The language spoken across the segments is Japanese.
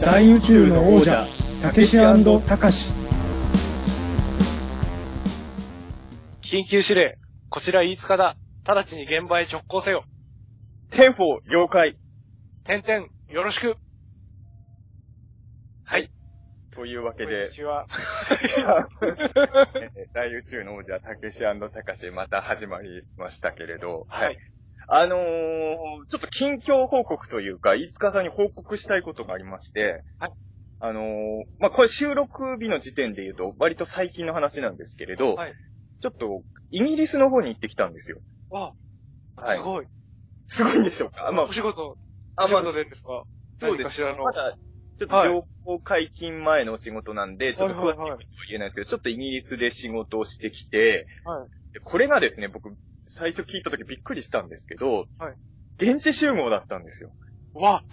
大宇宙の王者たけしたかし。 緊急指令、こちら飯塚だ。直ちに現場へ直行せよ。 テンフォー了解。 点々よろしく。はい。 というわけで、 こんにちは。 大宇宙の王者たけしたかしまた始まりましたけれど、 はい。 ちょっと近況報告というか、飯塚さんに報告したいことがありまして、 はい。 これ収録日の時点で言うと割と最近の話なんですけれど、 はい。 ちょっとイギリスの方に行ってきたんですよ。 わあ、 はい。 すごい。 すごいんでしょうか？ お仕事でですか？ そうです。 何かしらの。 まだ、ちょっと情報解禁前のお仕事なんで、ちょっと詳しいことは言えないですけど、ちょっとイギリスで仕事をしてきて、 はい。 でこれがですね、僕、最初聞いたときびっくりしたんですけど、 はい。 現地集合だったんですよ。 わ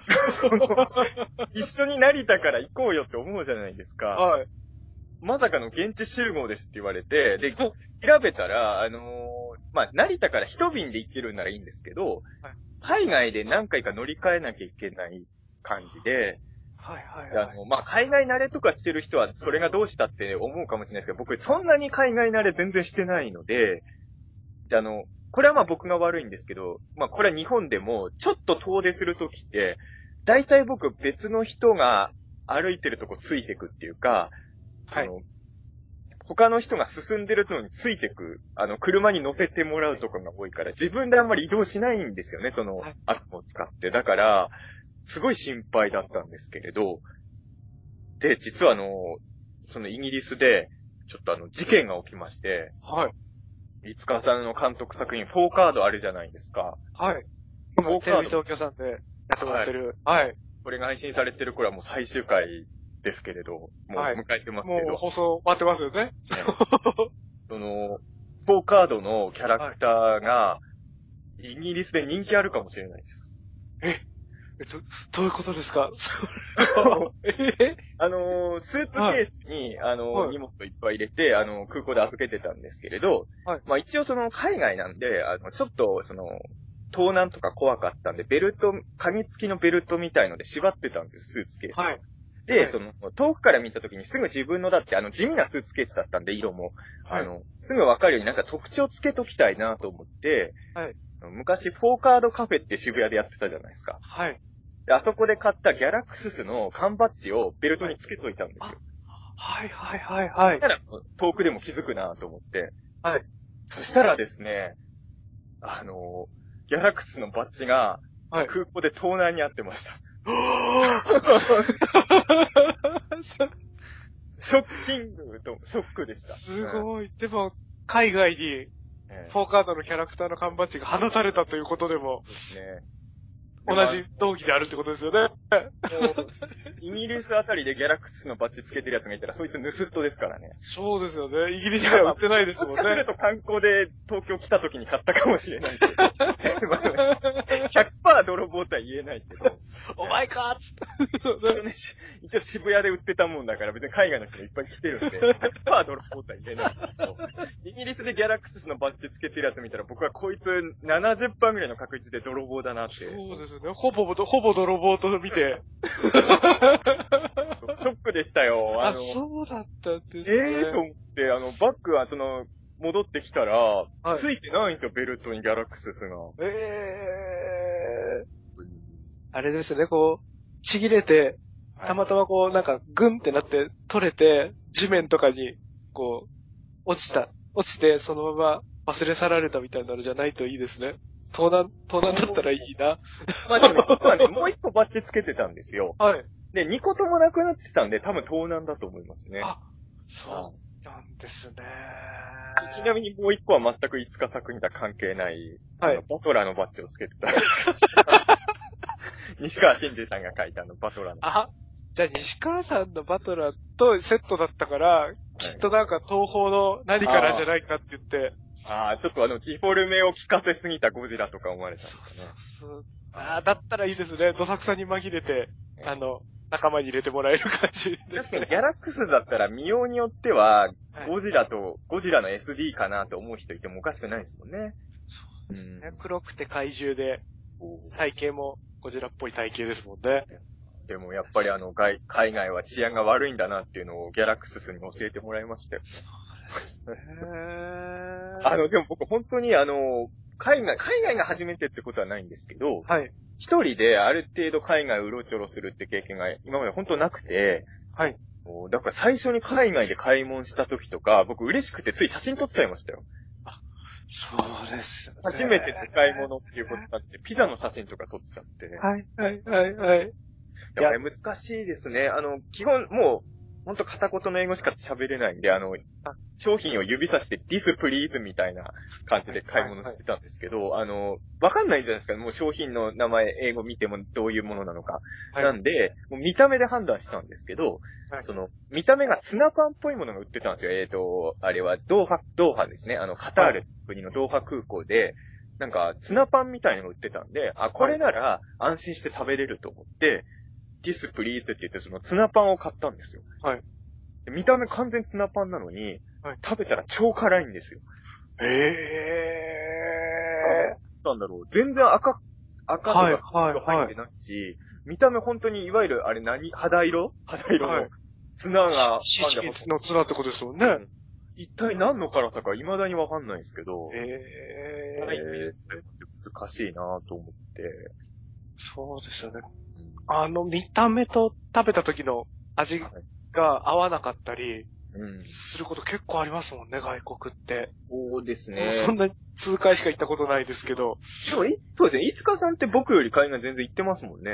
一緒に成田から行こうよって思うじゃないですか。 はい。 まさかの現地集合ですって言われて、で、調べたら、成田から一便で行けるならいいんですけど、 はい。 海外で何回か乗り換えなきゃいけない感じで、 はいはいはい。 海外慣れとかしてる人はそれがどうしたって思うかもしれないですけど、僕そんなに海外慣れ全然してないので、これは僕が悪いんですけど、これは日本でもちょっと遠出するときって、大体僕別の人が歩いてるとこついてくっていうか、 はい。 他の人が進んでるのについてく、車に乗せてもらうとかが多いから、自分であんまり移動しないんですよね、 はい。 アプリを使って。だから、すごい心配だったんですけれど、で、実はそのイギリスで、ちょっと事件が起きまして、 はい。 飯塚さんの監督作品、フォーカードあるじゃないですか。 はい。今、 フォーカード。 テレビ東京さんでやってもらってる。はい。 これが配信されてる頃はもう最終回ですけれど、もうはい。 迎えてますけど、 もう放送待ってますよね。 その、フォーカードのキャラクターが、イギリスで人気あるかもしれないです。 どういうことですか？ スーツケースに、 はい。 荷物をいっぱい入れて、空港で預けてたんですけれど、 はい。 一応海外なんで、ちょっと、盗難とか怖かったんで、鍵付きのベルトみたいので縛ってたんです、スーツケース。 はい。 で、 はい。 遠くから見たときにすぐ自分のだって、地味なスーツケースだったんで、色も。 はい。 すぐわかるようになんか特徴つけときたいなと思って、 はい。 昔、フォーカードカフェって渋谷でやってたじゃないですか。 はい。 で、あそこで買ったギャラクススの缶バッジをベルトにつけといたんですよ。 はいはいはいはい。 だから遠くでも気づくなと思って。 はい。 そしたらですね、ギャラクスのバッジがはい。 空港で盗難に遭ってました。ショックでした。 すごい。でも、海外に、フォーカードのキャラクターの缶バッジが放たれたということでも、 そうですね。 同じ道義であるってことですよね。 イギリスあたりでギャラクスのバッジつけてるやつがいたら、そいつ盗人ですからね。 そうですよね。イギリスでは売ってないですもんね。 もしかすると観光で東京来た時に買ったかもしれないけど。100% 泥棒とは言えないけど。 お前か一応渋谷で売ってたもんだから別に海外の人もいっぱい来てるんで、100% 泥棒とは言えないけど。イギリスでギャラクスのバッジつけてるやつ見たら僕はこいつ 70% ぐらいの確率で泥棒だなって。 そうですね。ほぼ泥棒と見て。 ショックでしたよ。 そうだったんですね。 と思って、バッグは戻ってきたら、 はい。 ついてないんですよ、ベルトにギャラクススが。 あれですね、ちぎれて、たまたまなんか、グンってなって取れて、地面とかに、落ちて、そのまま忘れ去られたみたいなのじゃないといいですね。盗難だったらいいな。 でも実はね、もう一個バッジつけてたんですよ。 はい。 で、二個ともなくなってたんで、多分盗難だと思いますね。 そうなんですね。 ちなみにもう一個は全く5日作品とは関係ない、 はい。 バトラーのバッジをつけてた。西川真司さんが書いたバトラーの。 じゃあ西川さんのバトラーとセットだったから、きっとなんか東宝の何からじゃないかって言って。 ちょっとディフォルメを効かせすぎたゴジラとか思われたんですかね。 そう。だったらいいですね。どさくさに紛れて、仲間に入れてもらえる感じですね。 確かにギャラクスだったら見ようによっては、ゴジラの SD かなと思う人いてもおかしくないですもんね。 そうですね。黒くて怪獣で、体型もゴジラっぽい体型ですもんね。 でもやっぱり海外は治安が悪いんだなっていうのをギャラクススに教えてもらいましたよ。でも僕本当に海外が初めてってことはないんですけど、 はい。 一人である程度海外をうろちょろするって経験が今まで本当なくて、 はい。 だから最初に海外で買い物した時とか、僕嬉しくてつい写真撮っちゃいましたよ。 そうですよね。 初めての買い物っていうことになって、ピザの写真とか撮っちゃって。 はい、はい、はい、はい。 でもね、難しいですね。基本もう、ほんと片言の英語しか喋れないんで、商品を指さして This please みたいな感じで買い物してたんですけど、わかんないじゃないですか。もう商品の名前、英語見てもどういうものなのか。 はい、 なんで、もう見た目で判断したんですけど、 はい、 見た目がツナパンっぽいものが売ってたんですよ。あれは、ドーハですね。カタール国のドーハ空港で、なんか、ツナパンみたいなのが売ってたんで、これなら安心して食べれると思って、This please って言ってそのツナパンを買ったんですよ。 はい。 見た目完全ツナパンなのに、 はい、 食べたら超辛いんですよ。なんだろう。全然赤とか色入ってないし、見た目本当にいわゆるあれ肌色のツナが。 シチキのツナってことですもんね。 一体何の辛さか未だにわかんないんですけど。難しいなぁと思って。 そうですよね。見た目と食べた時の味が合わなかったり、すること結構ありますもんね、外国って。 そうですね。 そんな数回しか行ったことないですけど。 でも、そうですね。いつかさんって僕より海外全然行ってますもんね。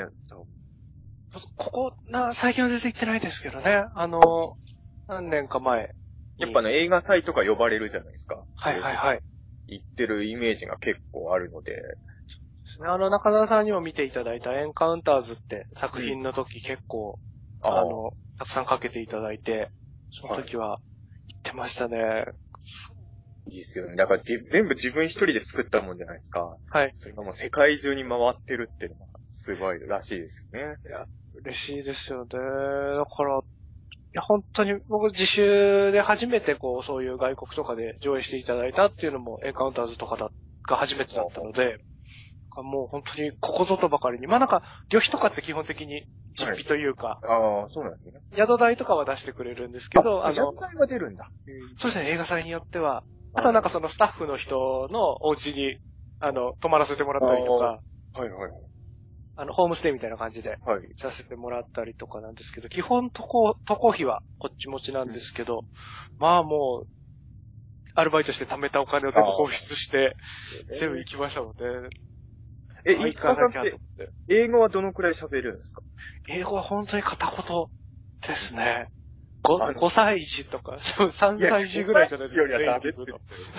最近は全然行ってないですけどね。何年か前。 やっぱ映画祭とか呼ばれるじゃないですか。 はいはいはい。 行ってるイメージが結構あるので。 中澤さんにも見ていただいたエンカウンターズって作品の時結構、たくさんかけていただいて、その時は行ってましたね。 いいですよね。だから全部自分一人で作ったもんじゃないですか。 はい。 それがもう世界中に回ってるっていうのがすごいらしいですよね。 いや、嬉しいですよね。だから、本当に僕自主で初めてそういう外国とかで上映していただいたっていうのもエンカウンターズとかが初めてだったので、もう本当にここぞとばかりに。旅費とかって基本的に実費というか。 そうなんですね。 宿代とかは出してくれるんですけど、 宿代は出るんだ。 そうですね、映画祭によっては。あとはそのスタッフの人のお家に、泊まらせてもらったりとか。 はいはい。 ホームステイみたいな感じで、させてもらったりとかなんですけど、基本渡航費はこっち持ちなんですけど、もう、アルバイトして貯めたお金を全部放出して、全部行きましたもんね。 いつかさんって英語はどのくらい喋れるんですか？ 英語は本当に片言ですね。5歳児とか、3歳児ぐらいじゃないですか。 よりは喋ってる。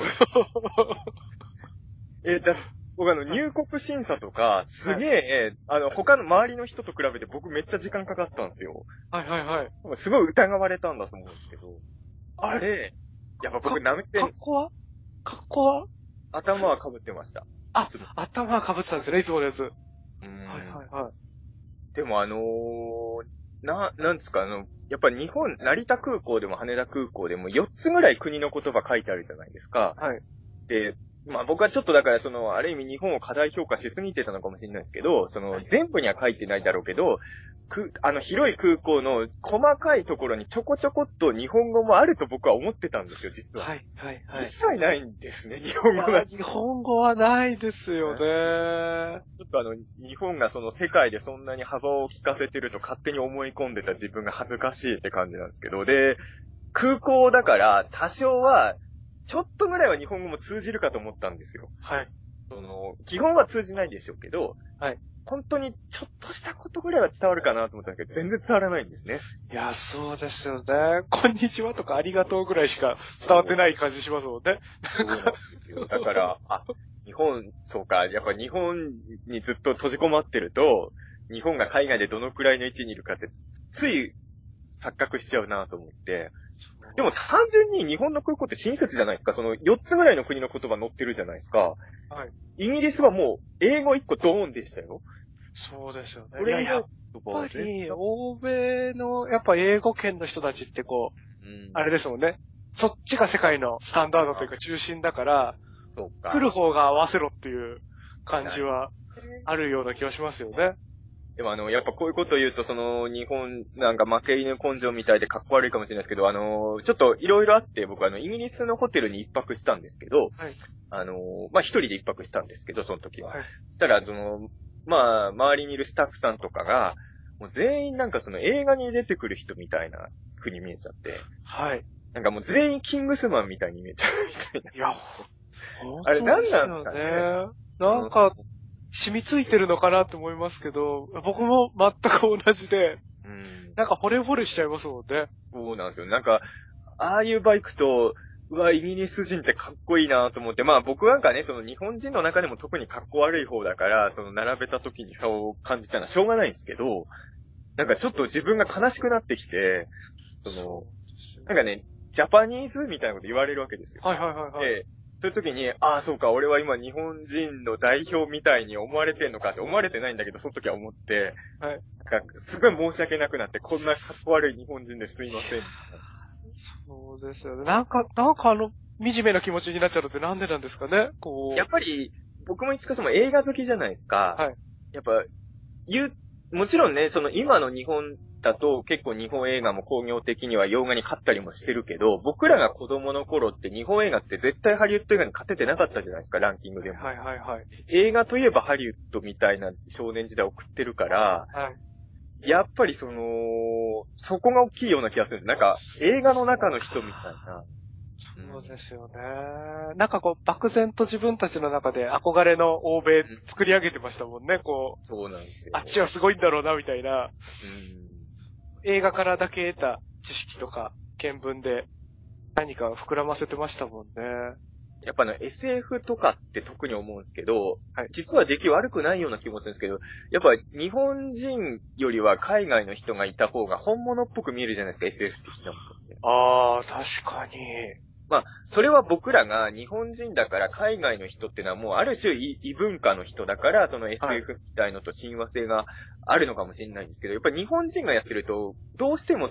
僕入国審査とか、すげえ、他の周りの人と比べて僕めっちゃ時間かかったんですよ。 はいはいはい。 すごい疑われたんだと思うんですけど。あれ、やっぱ僕舐めて。 格好は頭は被ってました。 頭は被ってたんですね、いつものやつ。はいはいはい。 でもなんですか、やっぱ日本、成田空港でも羽田空港でも4つぐらい国の言葉書いてあるじゃないですか。 はい。 で、僕はちょっとだからある意味日本を過大評価しすぎてたのかもしれないですけど、全部には書いてないだろうけど、広い空港の細かいところにちょこちょこっと日本語もあると僕は思ってたんですよ、実は。 はいはいはい。 一切ないんですね、日本語が。 日本語はないですよね。ちょっと日本が世界でそんなに幅を利かせてると勝手に思い込んでた自分が恥ずかしいって感じなんですけど、で、空港だから多少は、ちょっとぐらいは日本語も通じるかと思ったんですよ。 はい。 基本は通じないでしょうけど、 はい。 本当にちょっとしたことぐらいは伝わるかなと思ったんですけど、全然伝わらないんですね。 いや、そうですよね。こんにちはとかありがとうぐらいしか伝わってない感じしますもんね。 そうなんですよ。だから、そうか、やっぱ日本にずっと閉じこまってると、日本が海外でどのくらいの位置にいるかって、つい錯覚しちゃうなと思って。でも単純に日本の空港って親切じゃないですか。4つぐらいの国の言葉載ってるじゃないですか。 はい。 イギリスはもう英語1個ドーンでしたよ。 そうですよね。 やっぱり、欧米の、やっぱ英語圏の人たちってあれですもんね。そっちが世界のスタンダードというか中心だから、来る方が合わせろっていう感じはあるような気がしますよね。 でもやっぱこういうこと言うと、日本なんか負け犬根性みたいでかっこ悪いかもしれないですけど、ちょっといろいろあって、僕イギリスのホテルに一泊したんですけど、 はい。 まあ、一人で一泊したんですけど、その時は。 はい。 そしたら、まあ、周りにいるスタッフさんとかが、もう全員なんか映画に出てくる人みたいな風に見えちゃって、 はい。 なんかもう全員キングスマンみたいに見えちゃうみたいな。 いや、本あれ当何なんですですよかね。 ね。なんか、染みついてるのかなと思いますけど、僕も全く同じで、 うん。 なんか惚れ惚れしちゃいますもんね。 そうなんですよ。なんか、ああいうバイクと、うわ、イギリス人ってかっこいいなと思って、まあ僕なんかね、日本人の中でも特にかっこ悪い方だから、並べた時にそう感じたのはしょうがないんですけど、なんかちょっと自分が悲しくなってきて、なんかね、ジャパニーズみたいなこと言われるわけですよ。 はいはいはいはい。 で、そういう時に、ああ、そうか、俺は今日本人の代表みたいに思われてんのかって思われてないんだけど、その時は思って、 はい。 なんか、すごい申し訳なくなって、こんなかっこ悪い日本人ですいません。 そうですよね。なんか惨めな気持ちになっちゃうのってなんでなんですかねこやっう。 ぱり、僕もいつか映画好きじゃないですか。 はい。 やっぱ、もちろんね、今の日本だと結構日本映画も工業的には洋画に勝ったりもしてるけど、僕らが子供の頃って日本映画って絶対ハリウッド映画に勝ててなかったじゃないですか、ランキングでも。 はいはいはい。 映画といえばハリウッドみたいな少年時代を送ってるから、 はい。 やっぱりそこが大きいような気がするんです。なんか、映画の中の人みたいな。 そうですよね。なんかこう、漠然と自分たちの中で憧れの欧米作り上げてましたもんね。こう、 そうなんですよ。 あっちはすごいんだろうな、みたいな。 うん。 映画からだけ得た知識とか見聞で何か膨らませてましたもんね。 やっぱSF とかって特に思うんですけど、 はい。 実は出来悪くないような気もするんですけど、やっぱ日本人よりは海外の人がいた方が本物っぽく見えるじゃないですか、SF 的なものって。 ああ、確かに。 まあ、それは僕らが日本人だから海外の人ってのはもうある種異文化の人だから、 はい。 SF みたいのと親和性があるのかもしれないんですけど、やっぱり日本人がやってると、どうしても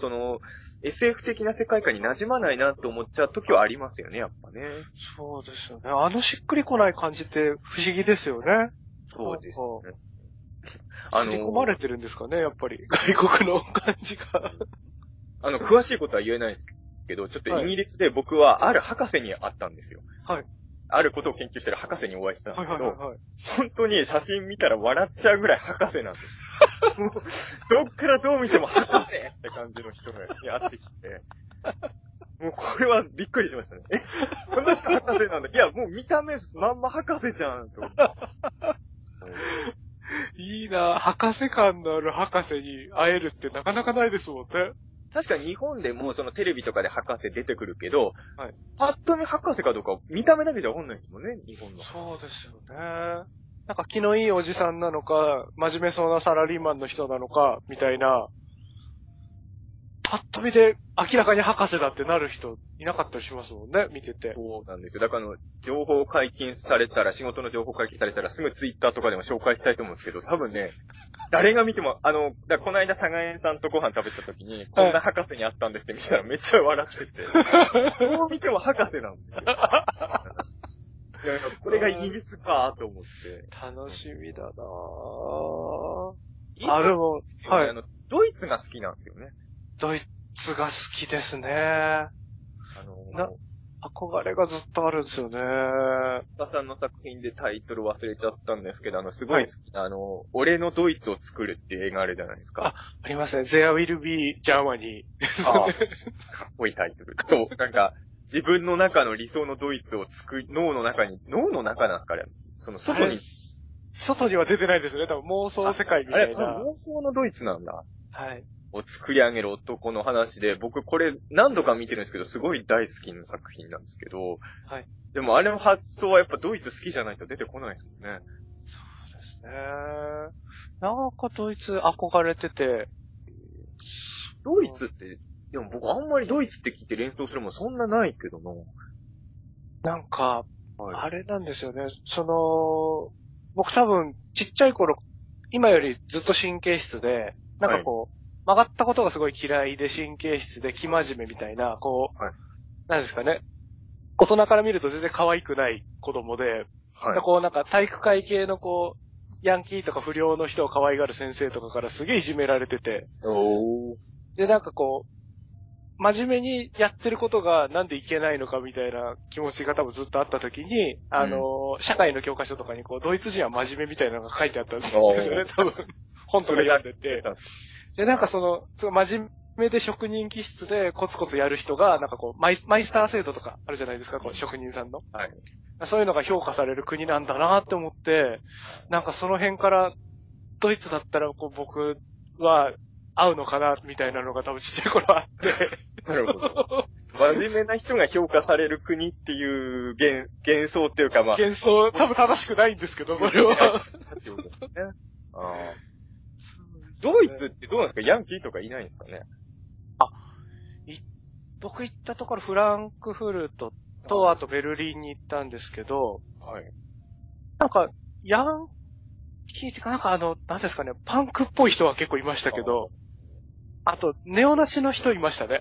SF 的な世界観に馴染まないなと思っちゃう時はありますよね、やっぱね。 そうですよね。しっくりこない感じって不思議ですよね。 そうですね。 刷り込まれてるんですかね、やっぱり。外国の感じが。 詳しいことは言えないですけど、ちょっとはい。 イギリスで僕はある博士に会ったんですよ。 はい。 あることを研究してる博士にお会いしたんではいすけど、 はいはいはい。 本当に写真見たら笑っちゃうぐらい博士なんです。もうどっからどう見ても博士って感じの人が会ってきて、もうこれはびっくりしましたね。この人博士なんだ。いや、もう見た目まんま博士じゃんと思って。 いいなぁ。博士感のある博士に会えるってなかなかないですもんね。 確かに日本でもテレビとかで博士出てくるけど、 はい。 パッと見博士かどうか見た目だけじゃわかんないですもんね、日本の。 そうですよね。なんか気のいいおじさんなのか、真面目そうなサラリーマンの人なのか、みたいな、パッと見で明らかに博士だってなる人いなかったりしますもんね、見てて。 そうなんですよ。だから情報解禁されたら、仕事の情報解禁されたらすぐツイッターとかでも紹介したいと思うんですけど、多分ね、誰が見ても、この間佐賀園さんとご飯食べた時に、こんな博士に会ったんですって見たらめっちゃ笑ってて、どう見ても博士なんですよ。いやこれがイギリスかと思って。 楽しみだなぁ。 今でも、はい。 ドイツが好きなんですよね。 ドイツが好きですね。憧れがずっとあるんですよね。 田さんの作品でタイトル忘れちゃったんですけど、すごい好きな、俺のドイツを作るっていう映画あるじゃないですか。 ありますね。There will be Germany。 かっこいいタイトル。そう、なんか、自分の中の理想のドイツを脳の中なんですかね。 外には出てないですね。多分妄想世界みたいな。 妄想のドイツなんだ。 はい。 を作り上げる男の話で、僕これ何度か見てるんですけど、すごい大好きな作品なんですけど、 はい。 でもあれの発想はやっぱドイツ好きじゃないと出てこないですもんね。 そうですね。なんかドイツ憧れてて。 ドイツって、でも僕あんまりドイツって聞いて連想するもんそんなないけどな。 なんか、 はい、 あれなんですよね。僕多分ちっちゃい頃、今よりずっと神経質で、なんかこう、曲がったことがすごい嫌いで神経質で生真面目みたいな、こう、なんですかね。大人から見ると全然可愛くない子供で、こうなんか体育会系のこう、 ヤンキーとか不良の人を可愛がる先生とかからすげえいじめられてて。 おー。 で、なんかこう、真面目にやってることがなんでいけないのかみたいな気持ちが多分ずっとあった時に、社会の教科書とかにこう、ドイツ人は真面目みたいなのが書いてあったんですよね、多分。本とか読んでて。で、なんかその真面目で職人気質でコツコツやる人が、なんかこう、マイスター制度とかあるじゃないですか、こう、職人さんの。 はい。 そういうのが評価される国なんだなって思って、なんかその辺からドイツだったらこう僕は合うのかなみたいなのが多分ちっちゃい頃あって。 なるほど。真面目な人が評価される国っていう幻想っていうかまあ。 幻想、多分正しくないんですけど、それは。 ドイツってどうなんですか？ヤンキーとかいないんですかね？ 僕行ったところフランクフルトと、あとベルリンに行ったんですけど、 はい。 なんか、ヤンキーってか、なんかなんですかね、パンクっぽい人は結構いましたけど、あと、ネオナチの人いましたね。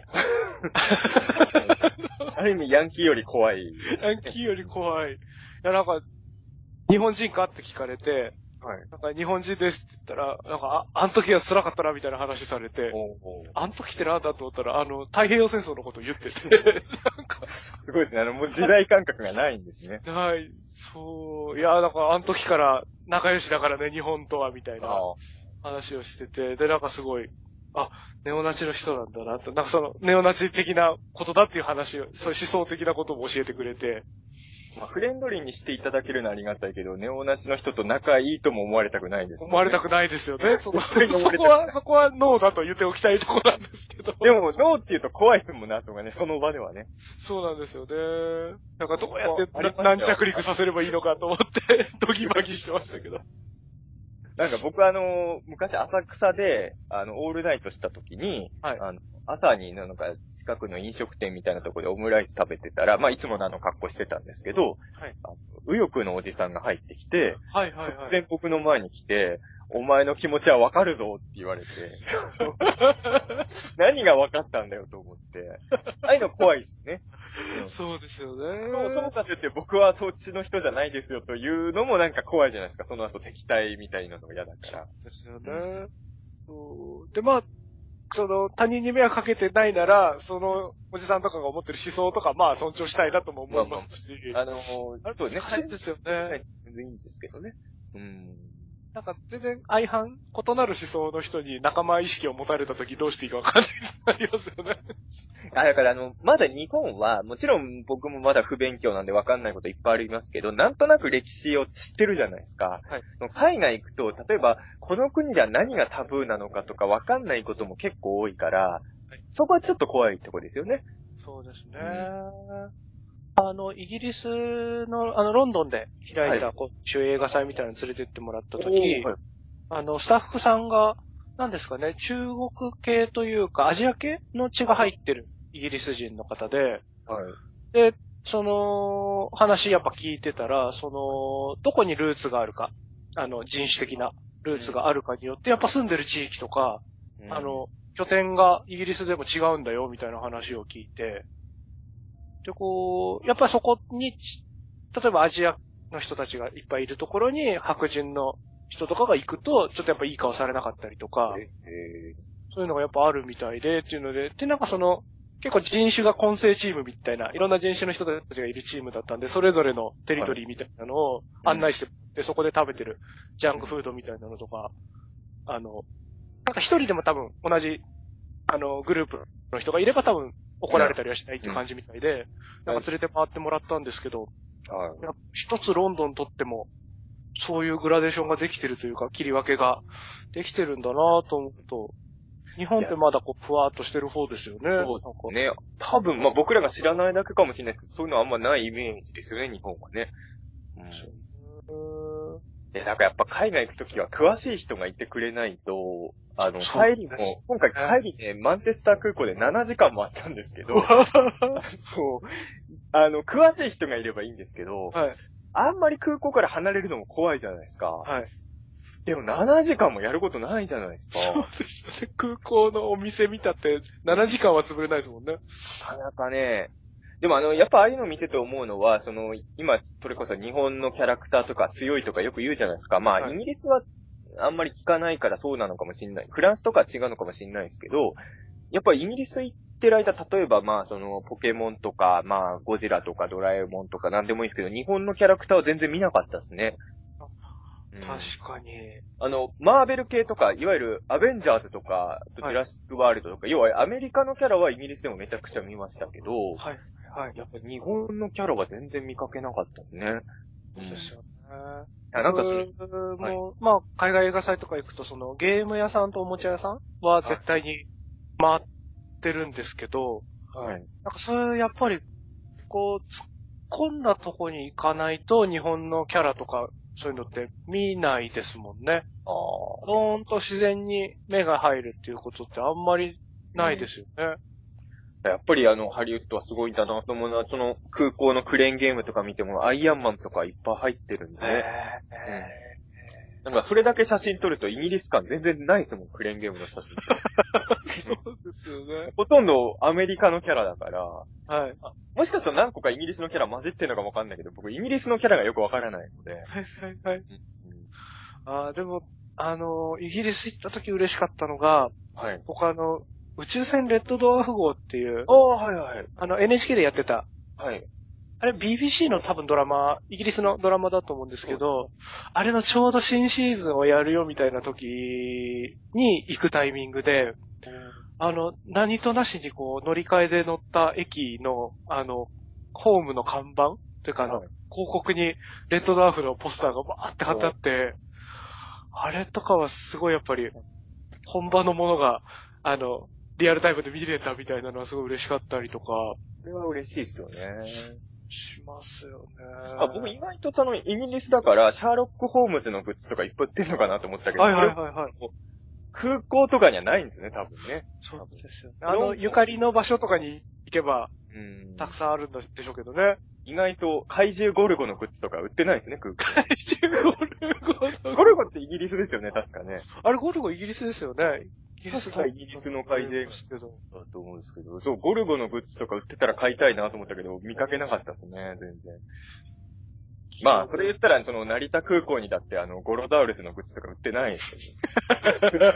ある意味ヤンキーより怖い。 ヤンキーより怖い。いや、なんか、日本人かって聞かれて、 はい。 なんか日本人ですって言ったら、なんか、あの時は辛かったなみたいな話されて、あの時ってなんだと思ったら、太平洋戦争のことを言ってて、なんか、 すごいですね。もう時代感覚がないんですね。 はい、そう、いや、なんかあの時から仲良しだからね、日本とは、みたいな話をしてて、で、なんかすごい、ネオナチの人なんだなと、なんかその、ネオナチ的なことだっていう話を、そういう思想的なことも教えてくれて、 まあ、フレンドリーにしていただけるのはありがたいけど、ネオナチの人と仲いいとも思われたくないですもんね。 思われたくないですよね。そこはノーだと言っておきたいところなんですけど。 でも、ノーって言うと怖いですもんなとかね、その場ではね。 そうなんですよね。なんかどうやって軟着陸させればいいのかと思って、ドギマギしてましたけど。 なんか僕昔浅草で、オールナイトした時に、 はい。 朝になんか近くの飲食店みたいなところでオムライス食べてたら、まあいつもの格好してたんですけど、 はい。 右翼のおじさんが入ってきて、 はいはいはい。 突然僕の前に来て、お前の気持ちはわかるぞって言われて、何がわかったんだよと思って、ああいうの怖いですね。 そうですよね。 そうかといって僕はそっちの人じゃないですよというのもなんか怖いじゃないですか。その後敵対みたいなのが嫌だから。 ですよね。で、まあ、他人に迷惑かけてないなら、そのおじさんとかが思ってる思想とか、まあ尊重したいなとも思いますし。 あとね、 難しいですよね。 全然いいんですけどね。 なんか全然相反、異なる思想の人に仲間意識を持たれたときどうしていいかわかんないなりますよね。 だからまだ日本は、もちろん僕もまだ不勉強なんでわかんないこといっぱいありますけど、なんとなく歴史を知ってるじゃないですか。 はい。 海外行くと、例えば、この国では何がタブーなのかとかわかんないことも結構多いから、はい、そこはちょっと怖いとこですよね。 そうですね。イギリスの、ロンドンで開いた、映画祭みたいなの連れてってもらったとき、はい、スタッフさんが、何ですかね、中国系というか、アジア系の血が入ってるイギリス人の方で、はい、で、話やっぱ聞いてたら、どこにルーツがあるか、人種的なルーツがあるかによって、やっぱ住んでる地域とか、拠点がイギリスでも違うんだよ、みたいな話を聞いて、で、やっぱりそこに、例えばアジアの人たちがいっぱいいるところに白人の人とかが行くと、ちょっとやっぱいい顔されなかったりとか、そういうのがやっぱあるみたいで、っていうので、なんか結構人種が混成チームみたいな、いろんな人種の人たちがいるチームだったんで、それぞれのテリトリーみたいなのを案内してもらって、そこで食べてるジャンクフードみたいなのとか、なんか一人でも多分同じ、グループの人がいれば多分怒られたりはしないっていう感じみたいで、なんか連れて回ってもらったんですけど、一つロンドンとっても、そういうグラデーションができてるというか、切り分けができてるんだなと思うと、日本ってまだふわーっとしてる方ですよね。 そうね。多分、まあ僕らが知らないだけかもしれないですけど、そういうのはあんまないイメージですよね、日本はね。なんかやっぱ海外行くときは詳しい人がいてくれないと、帰りも、今回帰りね、マンチェスター空港で7時間もあったんですけど、詳しい人がいればいいんですけど、はい、あんまり空港から離れるのも怖いじゃないですか。はい。でも7時間もやることないじゃないですか。 そうですね。空港のお店見たって7時間は潰れないですもんね。 なかなかね。 でもやっぱああいうの見てて思うのは、今、それこそ日本のキャラクターとか強いとかよく言うじゃないですか。まあ、 はいイギリスはあんまり聞かないからそうなのかもしれない。フランスとかは違うのかもしれないですけど、やっぱイギリス行ってる間、例えばまあ、ポケモンとか、まあ、ゴジラとかドラえもんとかなんでもいいですけど、日本のキャラクターは全然見なかったですね。うん、 確かに。 マーベル系とか、いわゆるアベンジャーズとか、ジュラシックワールドとか、要はアメリカのキャラはイギリスでもめちゃくちゃ見ましたけど、 はい。はい。 やっぱ日本のキャラは全然見かけなかったですね。 そうですよね。 なんかそれ、 僕も、まあ、海外映画祭とか行くと、ゲーム屋さんとおもちゃ屋さんは絶対に回ってるんですけど、 はい。 なんかそういう、やっぱり、突っ込んだとこに行かないと日本のキャラとか、そういうのって見ないですもんね。 ああ。 ほんと自然に目が入るっていうことってあんまりないですよね。 やっぱりハリウッドはすごいんだなと思うのは、その空港のクレーンゲームとか見ても、アイアンマンとかいっぱい入ってるんで、なんかそれだけ写真撮るとイギリス感全然ないですもん、クレーンゲームの写真。 そうですよね。 ほとんどアメリカのキャラだから、 はい。 もしかしたら何個かイギリスのキャラ混じってるのかもわかんないけど、僕イギリスのキャラがよくわからないので。 はい、はい、はい。 うんでも、イギリス行った時嬉しかったのが、 はい。 僕宇宙船レッドドワーフ号っていう、 はいはい。 NHK でやってた、 はい。 あれ BBC の多分ドラマ、イギリスのドラマだと思うんですけど、あれのちょうど新シーズンをやるよみたいな時に行くタイミングで、何となしに乗り換えで乗った駅の、ホームの看板というかはい広告にレッドドワーフのポスターがバーって貼ってあって、あれとかはすごいやっぱり、本場のものが、リアルタイムで見れたみたいなのはすごい嬉しかったりとか、 これは嬉しいですよね。 しますよね。 僕意外とイギリスだから、シャーロック・ホームズのグッズとかいっぱい売ってんのかなと思ったけど、 はいはいはいはい。 空港とかにはないんですね、多分ね。 そうですよね。ゆかりの場所とかに行けば、たくん。 さんあるんでしょうけどね。 意外と怪獣ゴルゴのグッズとか売ってないですね、空港。 怪獣ゴルゴ。 ゴルゴってイギリスですよね、確かね。 あれゴルゴイギリスですよね。 確かイギリスの怪獣ですけど。 だと思うんですけど、そう、ゴルゴのグッズとか売ってたら買いたいなと思ったけど、見かけなかったですね、全然。まあ、それ言ったら、成田空港にだって、ゴロザウルスのグッズとか売ってないですけど。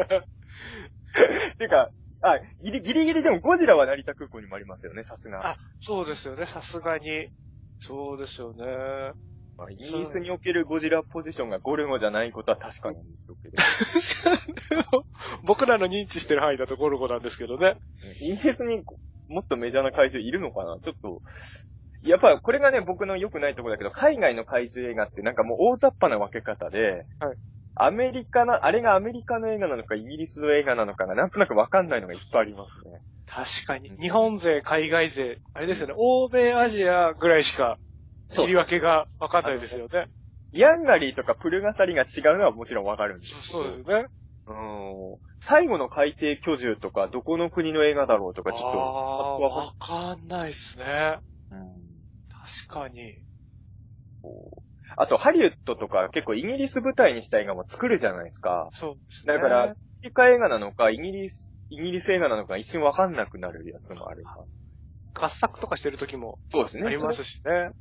っていうか、ギリギリでもゴジラは成田空港にもありますよね、さすが。 そうですよね、さすがに。そうですよね。 まあ、イギリスにおけるゴジラポジションがゴルゴじゃないことは確かなんでしょうけど。 僕らの認知してる範囲だとゴルゴなんですけどね。 イギリスにもっとメジャーな怪獣いるのかなちょっと、やっぱこれがね、僕の良くないところだけど、海外の怪獣映画ってなんかもう大雑把な分け方で、 はい。 あれがアメリカの映画なのかイギリスの映画なのかがなんとなく分かんないのがいっぱいありますね。 確かに。日本勢、海外勢、あれですよね。欧米、アジアぐらいしか切り分けが分かんないですよね。 ヤンガリーとかプルガサリが違うのはもちろん分かるんですけど。 そうですよね。 最後の海底居住とか、どこの国の映画だろうとか、ちょっと、 わかんないですね。確かに。 あと、ハリウッドとか結構イギリス舞台にした映画も作るじゃないですか。 そうですね。 だから、アメリカ映画なのか、イギリス映画なのか一瞬わかんなくなるやつもある。 合作とかしてる時もそうですね。 ありますしね。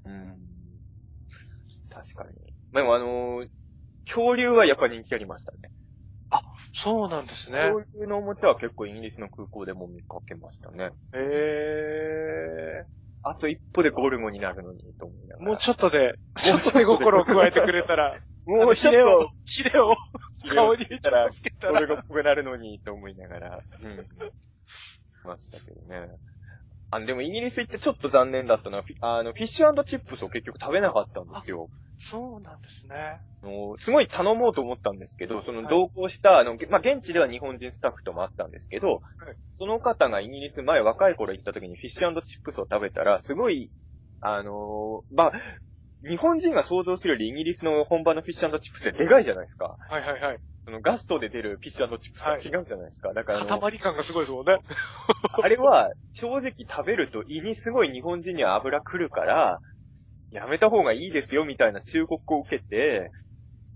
確かに。でも恐竜はやっぱ人気ありましたね。 そうなんですね。 恐竜のおもちゃは結構イギリスの空港でも見かけましたね。あと一歩でゴルゴになるのに、と思いながら。 もうちょっとで心を加えてくれたら、 もうちょっと、 ヒレを顔にちょっとつけたら。 ゴルゴっぽくなるのに、と思いながら。ましたけどね。でもイギリス行ってちょっと残念だったのは、フィッシュ&チップスを結局食べなかったんですよ。 そうなんですね。 すごい頼もうと思ったんですけど、その同行した、現地では日本人スタッフともあったんですけど、その方がイギリス前若い頃行った時にフィッシュ&チップスを食べたら、すごい、日本人が想像するよりイギリスの本場のフィッシュ&チップスってでかいじゃないですか。 はいはいはい。 ガストで出るフィッシュ&チップスと違うじゃないですか。だから塊感がすごいですもんね。 あれは、正直食べると胃にすごい日本人には油来るから、やめた方がいいですよみたいな忠告を受けて、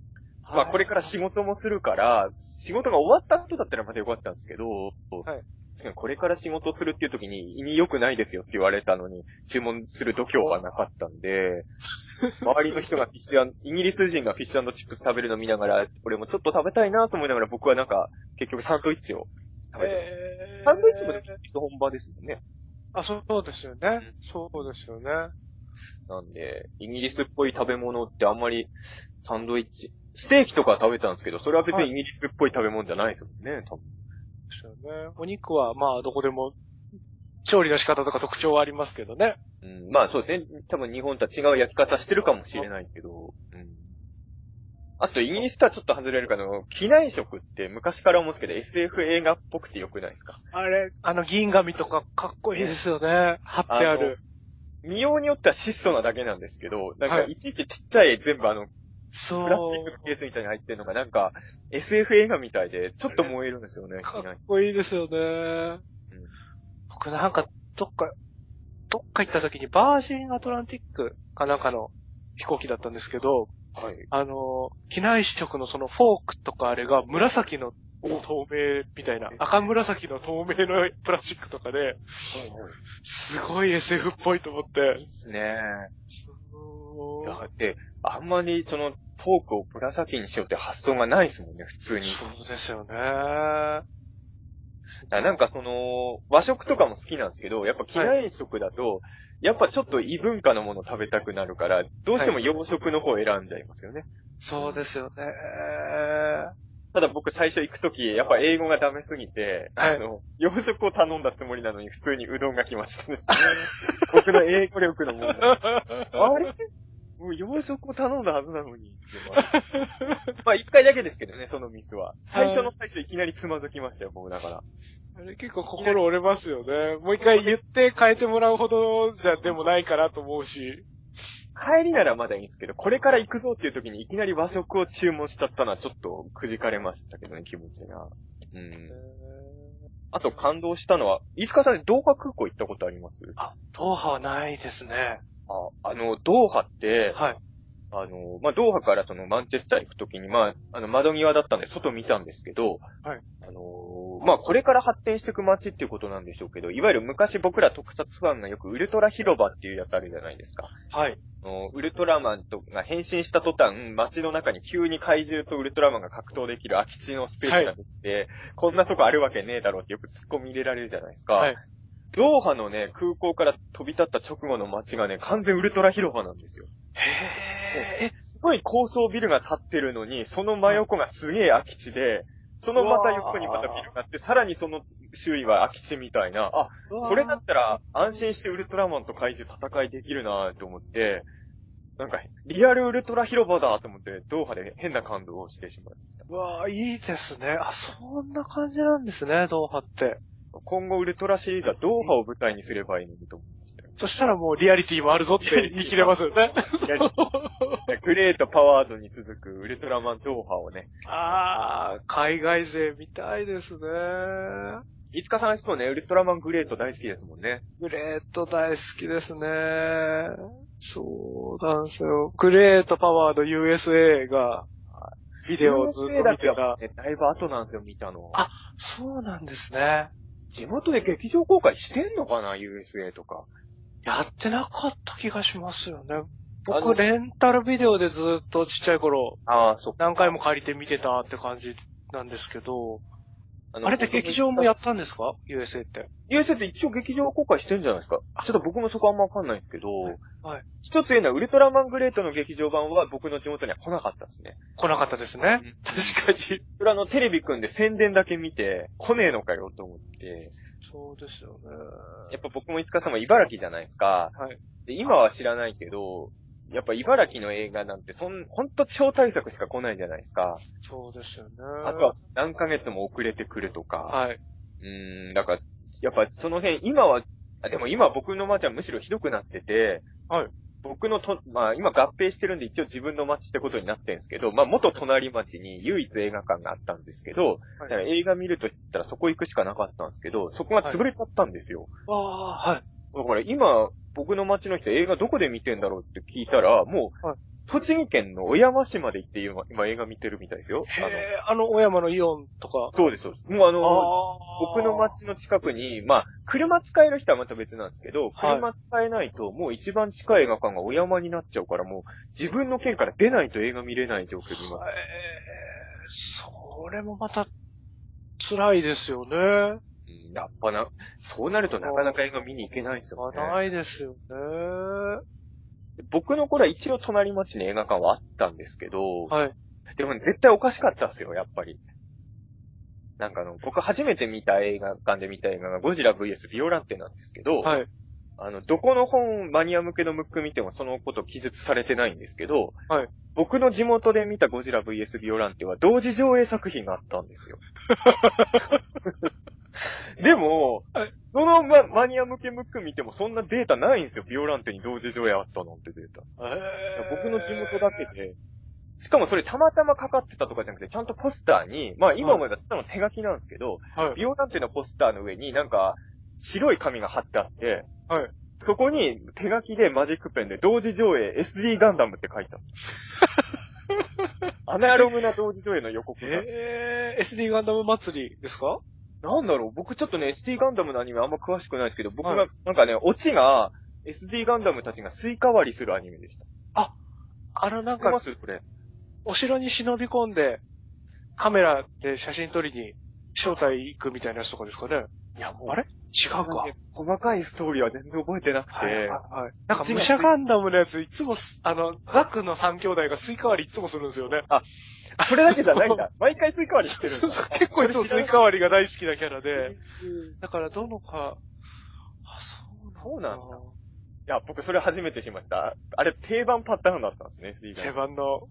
これから仕事もするから、仕事が終わった後だったらまたよかったんですけど、 これから仕事するっていう時に胃に良くないですよって言われたのに、注文する度胸がなかったんで、周りの人がイギリス人がフィッシュ&チップス食べるの見ながら、俺もちょっと食べたいなと思いながら僕はなんか、結局サンドイッチを食べてサンドイッチもイギリス本場ですもんね。 あ、そうですよね。そうですよね。 なんで、イギリスっぽい食べ物ってあんまり、サンドイッチ、ステーキとか食べたんですけど、それは別にイギリスっぽい食べ物じゃないですもんね、多分。 ですよね。お肉はまあどこでも調理の仕方とか特徴はありますけどね。 うん、まあそうですね。多分日本とは違う焼き方してるかもしれないけど、うん。あとイギリスとはちょっと外れるかの、機内食って昔から思うんですけど SF 映画っぽくてよくないですか？ あれ、銀紙とかかっこいいですよね。貼ってある。 見ようによっては質素なだけなんですけど、なんかいちいちちっちゃい全部プラスチックのケースみたいに入ってるのがなんか SF 映画みたいでちょっと燃えるんですよね。 かっこいいですよね。うん、僕なんかどっか行った時にバージンアトランティックかなんかの飛行機だったんですけど、 はい。 機内食のそのフォークとかあれが紫の透明みたいな、赤紫の透明のプラスチックとかで、すごい SF っぽいと思って。 いいっすね。だって、あんまりフォークを紫にしようって発想がないですもんね、普通に。 そうですよね。 なんか和食とかも好きなんですけど、やっぱ機内食だと、やっぱちょっと異文化のもの食べたくなるから、どうしても洋食の方を選んじゃいますよね。 そうですよね。 ただ僕最初行くとき、やっぱ英語がダメすぎて、洋食を頼んだつもりなのに普通にうどんが来ましたね。僕の英語力の問題。あれもう洋食を頼んだはずなのに。まあ一回だけですけどね、そのミスは。最初の最初いきなりつまずきましたよ、僕だから。 あれ結構心折れますよね。もう一回言って変えてもらうほどじゃでもないかなと思うし。 帰りならまだいいんですけど、これから行くぞっていう時にいきなり和食を注文しちゃったのはちょっとくじかれましたけどね、気持ちが。あと感動したのは、飯塚さんドーハ空港行ったことあります？ ドーハはないですね。 ドーハって、 はい。 ドーハからマンチェスター行くときに、窓際だったんで外見たんですけど、 はい。 これから発展していく街っていうことなんでしょうけど、いわゆる昔僕ら特撮ファンがよくウルトラ広場っていうやつあるじゃないですか。 はい。 ウルトラマンが変身した途端、街の中に急に怪獣とウルトラマンが格闘できる空き地のスペースができて、こんなとこあるわけねえだろうってよく突っ込み入れられるじゃないですか。はい。ドーハのね、空港から飛び立った直後の街がね、完全ウルトラ広場なんですよ。すごい高層ビルが建ってるのに、その真横がすげえ空き地で、そのまた横にまたビルがあって、さらにその周囲は空き地みたいな、これだったら安心してウルトラマンと怪獣戦いできるなぁと思って、なんか、リアルウルトラ広場だと思って、ドーハで変な感動をしてしまいました。 いいですね。そんな感じなんですね、ドーハって。 今後ウルトラシリーズはドーハを舞台にすればいいのにと思いましたよ。 そしたらもうリアリティもあるぞって言い切れますよね。 グレートパワードに続くウルトラマンドーハをね。 海外勢見たいですね。 飯塚さんそうね、ウルトラマングレート大好きですもんね。 グレート大好きですね。そうなんですよ。グレートパワード USA が、ビデオをずっと見てた。 だいぶ後なんですよ、見たの。 そうなんですね。 地元で劇場公開してんのかな、USA とか。 やってなかった気がしますよね。僕、レンタルビデオでずっとちっちゃい頃、何回も借りて見てたって感じなんですけど、あれって劇場もやったんですか ?USA って。 USA って一応劇場公開してるんじゃないですか。ちょっと僕もそこあんまわかんないんですけど、はい。一つ言うのは、ウルトラマングレートの劇場版は僕の地元には来なかったですね。 来なかったですね。確かに。 それテレビ組んで宣伝だけ見て、来ねえのかよと思って。 そうですよね。 やっぱ僕もいつかさんも茨城じゃないですか。はい。で、今は知らないけど、やっぱ茨城の映画なんてほんと超大作しか来ないじゃないですか。 そうですよね。 あとは何ヶ月も遅れてくるとか。 はい。 だから、やっぱその辺、今は、でも今僕の町はむしろひどくなってて、はい。僕の今合併してるんで一応自分の町ってことになってるんですけど、元隣町に唯一映画館があったんですけど、はい、だから映画見るとしたらそこ行くしかなかったんですけど、そこが潰れちゃったんですよ。はい。だから今、僕の町の人映画どこで見てんだろうって聞いたら、もう、 栃木県の小山市まで行って今映画見てるみたいですよ。 小山のイオンとか。 そうです、そうです。もう僕の町の近くに、まあ、車使える人はまた別なんですけど、車使えないと、もう一番近い映画館が小山になっちゃうから、もう自分の県から出ないと映画見れない状況に今。 それもまた、辛いですよね。 やっぱそうなるとなかなか映画見に行けないですよね。 ないですよね。 僕の頃は一応隣町に映画館はあったんですけど、 はい。 でもね、絶対おかしかったっすよ、やっぱり。なんか僕初めて見た映画館で見た映画がゴジラ VS ビオランテなんですけど、 はい。 どこのマニア向けのムック見てもそのこと記述されてないんですけど、 はい。 僕の地元で見たゴジラ VS ビオランテは同時上映作品があったんですよ。でも、そのマニア向けムック見てもそんなデータないんですよ。ビオランテに同時上映あったなんてデータ。僕の地元だけで、しかもそれたまたまかかってたとかじゃなくて、ちゃんとポスターに、まあ今思えばただの手書きなんですけど、 はい。 ビオランテのポスターの上になんか白い紙が貼ってあって、 はい。 そこに手書きでマジックペンで同時上映 SD ガンダムって書いてあった。アナログな同時上映の予告が。 SD ガンダム祭りですか？ なんだろう、僕ちょっとね、SD ガンダムのアニメあんま詳しくないですけど、僕が、なんかね、オチが SD ガンダムたちがスイカ割りするアニメでした。 なんか、 知ってますこれ。 お城に忍び込んで、カメラで写真撮りに、招待行くみたいなやつとかですかね。 いや、もう。 あれ違うか。 細かいストーリーは全然覚えてなくて。 はい。なんか、武者ガンダムのやつ、いつも、ザクの3兄弟がスイカ割りいつもするんですよね。 それだけじゃないんだ。毎回スイカ割りしてるんだ。 結構いつもスイカ割りが大好きなキャラで。だから、どのか、 そうなんだ。いや、僕それ初めてしました。あれ、定番パターンだったんですね、SD ガンダム。 定番の。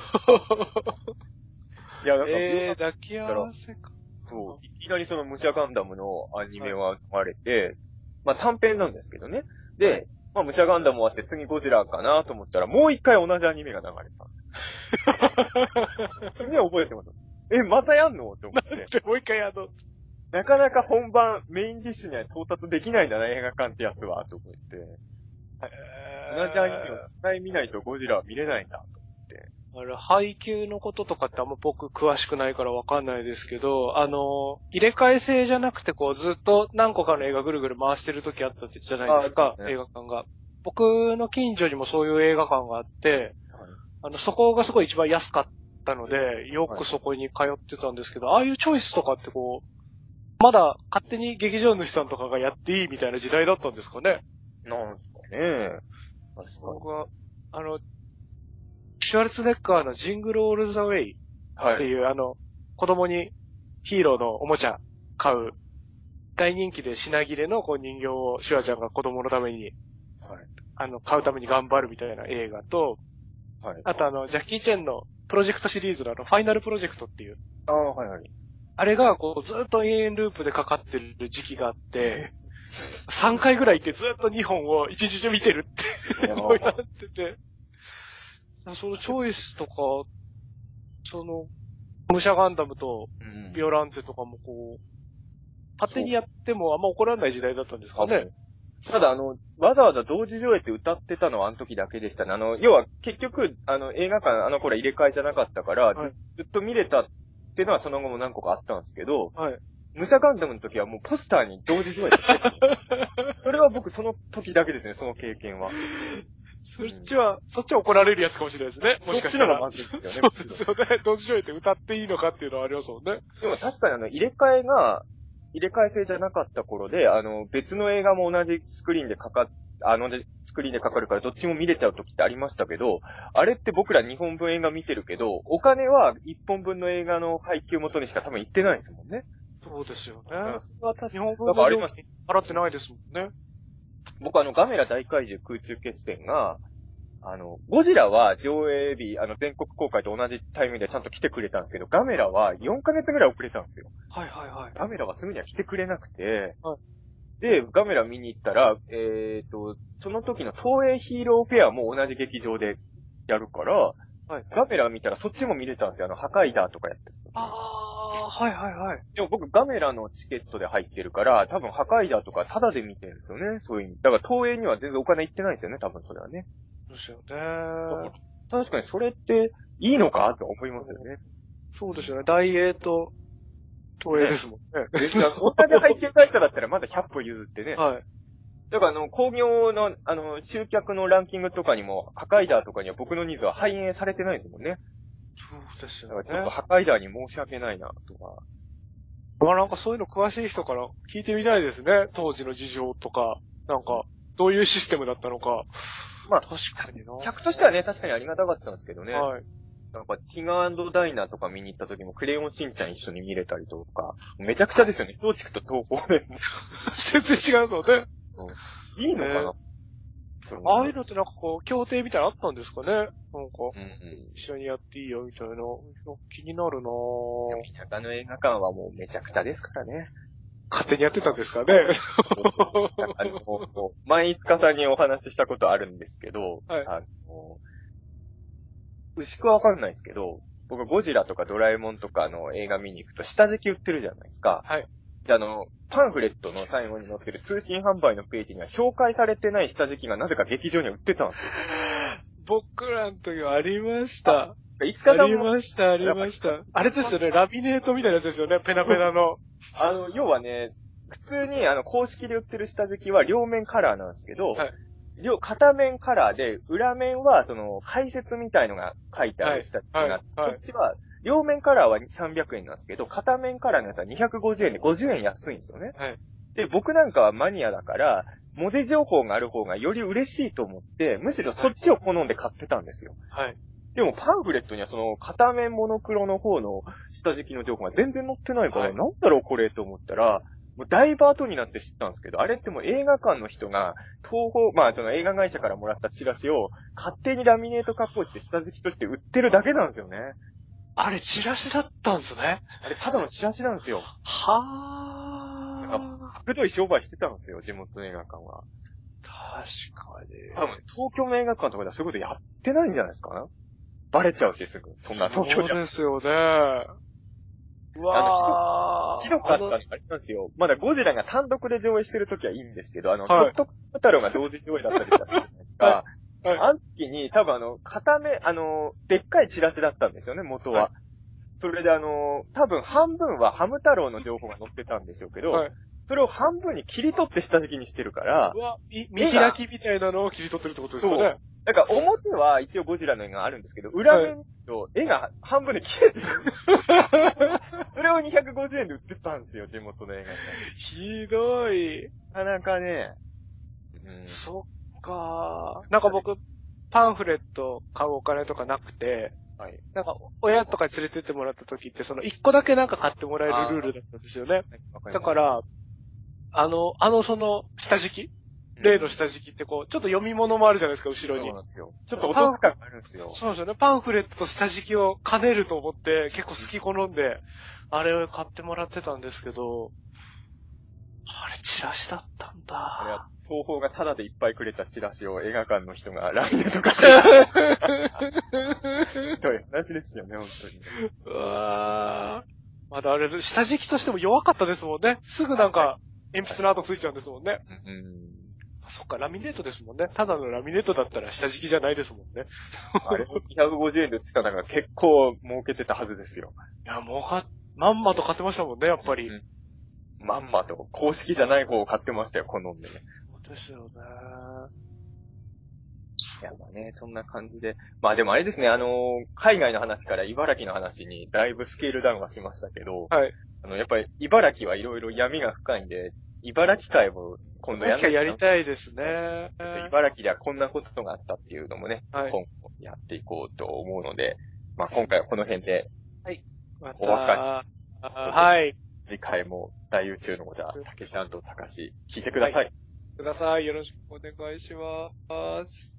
いや、なんか、 抱き合わせか。 そう、いきなりその武者ガンダムのアニメは流れて、まあ短編なんですけどね。で、まあ武者ガンダム終わって次ゴジラかなと思ったら、もう一回同じアニメが流れたんですよ。すげえ覚えてます。またやんのと思って。 もう一回やんの。 なかなか本番、メインディッシュには到達できないんだな、映画館ってやつは、と思って。同じアニメを一回見ないとゴジラは見れないんだ、と思って。 配給のこととかってあんま僕詳しくないからわかんないですけど、入れ替え制じゃなくてこうずっと何個かの映画ぐるぐる回してる時あったじゃないですか、映画館が。僕の近所にもそういう映画館があって、そこがすごい一番安かったので、よくそこに通ってたんですけど、ああいうチョイスとかってこう、まだ勝手に劇場主さんとかがやっていいみたいな時代だったんですかね。 なんすかね。 僕は、シュワルツェネッガーのジングルオールザウェイっていう、子供にヒーローのおもちゃ買う、大人気で品切れのこう人形をシュワちゃんが子供のために、買うために頑張るみたいな映画と、あとジャッキー・チェンのプロジェクトシリーズのファイナルプロジェクトっていう、あれがこうずっと永遠ループでかかってる時期があって、3回ぐらい行ってずっと2本を一日中見てるってやってて、そのチョイスとか、武者ガンダムとビオランテとかもこう、勝手にやってもあんま怒らない時代だったんですかね。 ただわざわざ同時上映って歌ってたのはあの時だけでしたね。要は結局、映画館頃入れ替えじゃなかったから、ずっと見れたっていうのはその後も何個かあったんですけど、武者ガンダムの時はもうポスターに同時上映それは僕その時だけですね、その経験は。 そっちは怒られるやつかもしれないですね。もしかしたら。 そっちの方がまずいですよね。そうですよね。同時上映って歌っていいのかっていうのはありますもんね。 でも確かに入れ替え制じゃなかった頃で、別の映画も同じスクリーンでスクリーンでかかるからどっちも見れちゃう時ってありましたけど、あれって僕ら2本分映画見てるけど、お金は1本分の映画の配給元にしか多分行ってないですもんね。 そうですよね。 日本分の料金払ってないですもんね。 僕ガメラ大怪獣空中決戦が、ゴジラは上映日、全国公開と同じタイミングでちゃんと来てくれたんですけど、ガメラは4ヶ月ぐらい遅れたんですよ。ガメラはすぐには来てくれなくて、で、ガメラ見に行ったら、その時の東映ヒーローフェアも同じ劇場でやるから、ガメラ見たらそっちも見れたんですよ。破壊だとかやってる。でも僕ガメラのチケットで入ってるから、多分破壊だとかタダで見てるんですよね。そういう意味。だから東映には全然お金行ってないんですよね、多分それはね。 そうですよね。 確かにそれっていいのかって思いますよね。 そうですよね。大英と東映ですもんね。 同じ配給会社だったらまだ100歩譲ってね。 はい。 だから工業の、集客のランキングとかにも、ハカイダーとかには僕のニーズは反映されてないですもんね。 そうですよね。 だからちょっとハカイダーに申し訳ないな、とか。 まあなんかそういうの詳しい人から聞いてみたいですね。当時の事情とか、なんか、どういうシステムだったのか。 まあ、 確かにな。 客としてはね、確かにありがたかったんですけどね。 はい。 なんか、ティガー&ダイナーとか見に行った時も、クレヨンしんちゃん一緒に見れたりとか、めちゃくちゃですよね。松竹と東宝で。 全然違うぞね。 いいのかな、 ああいうのってなんかこう、協定みたいなのあったんですかね。なんか、一緒にやっていいよみたいな。気になるなぁ。 田舎の映画館はもうめちゃくちゃですからね。 勝手にやってたんですかね。 前五日さんにお話ししたことあるんですけど、 はい。 牛久はわかんないですけど、僕ゴジラとかドラえもんとかの映画見に行くと下敷き売ってるじゃないですか。 はい。 で、パンフレットの最後に載ってる通信販売のページには紹介されてない下敷きがなぜか劇場には売ってたんですよ。 僕らの時はありました。 五日さんもありました。あれですよね、ラミネートみたいなやつですよね、ペナペナの。 要はね、普通に公式で売ってる下敷きは両面カラーなんですけど、 はい。 片面カラーで、裏面は解説みたいのが書いてある下敷きがあって、 はい。 こっちは、両面カラーは300円なんですけど、片面カラーのやつは250円で50円安いんですよね。 はい。 で、僕なんかはマニアだから、文字情報がある方がより嬉しいと思って、むしろそっちを好んで買ってたんですよ。 はい。 でもパンフレットには片面モノクロの方の下敷きの情報が全然載ってないから、なんだろうこれと思ったら、もうだいぶ後になって知ったんですけど、あれってもう映画館の人が、映画会社からもらったチラシを勝手にラミネート加工して下敷きとして売ってるだけなんですよね。 あれ、チラシだったんですね。 あれ、ただのチラシなんですよ。 はぁ。くどい商売してたんですよ、地元の映画館は。 確かに。 多分、東京の映画館とかではそういうことやってないんじゃないですか？バレちゃうし、すぐ。そんな東京で。 そうですよね。うわひどかったのありますよ。まだゴジラが単独で上映してるときはいいんですけど、 はいトット太郎が同時上映だったりとか、 はい。 あの時に多分片目、でっかいチラシだったんですよね、元は。 はい、 それで多分半分はハム太郎の情報が載ってたんでしょうけど、はい、それを半分に切り取って下敷きにしてるから、 見開きみたいなのを切り取ってるってことですかね。 だから表は一応ゴジラの絵があるんですけど、裏面と絵が半分で切れてる。それを250円で売ってたんですよ、地元の映画館。 ひどい。 なかなかね。 そっか。なんか僕、パンフレット買うお金とかなくて、はい、なんか親とかに連れてってもらった時って、1個だけなんか買ってもらえるルールだったんですよね。だから、下敷き例の下敷きってちょっと読み物もあるじゃないですか、後ろに。そうなんですよ。ちょっとお得感があるんですよ。そうですよね。パンフレットと下敷きを兼ねると思って、結構好き好んで、あれを買ってもらってたんですけど、あれ、チラシだったんだ。 あれは、東宝がタダでいっぱいくれたチラシを映画館の人がラミネとかしてた。ひどい話ですよね、本当に。 うわー。まだあれ、下敷きとしても弱かったですもんね。すぐなんか、鉛筆の跡ついちゃうんですもんね。そっか、ラミネートですもんね。ただのラミネートだったら下敷きじゃないですもんね。 あれも250円で売ってたのが結構儲けてたはずですよ。 いや、まんまと買ってましたもんね、やっぱり。 まんまと、公式じゃない方を買ってましたよ、好んでね。 そうですよね。 いや、まあね、そんな感じで。まあでもあれですね、海外の話から茨城の話にだいぶスケールダウンはしましたけど、 はい。 やっぱり茨城はいろいろ闇が深いんで、茨城会も今度やりたいですね。 茨城ではこんなことがあったっていうのもね、 はい、 今後やっていこうと思うので、まあ今回はこの辺で、 はい。 お別れ。 はい。 次回も大宇宙のことは、たけし&たかし、聞いてください。 ください。よろしくお願いします。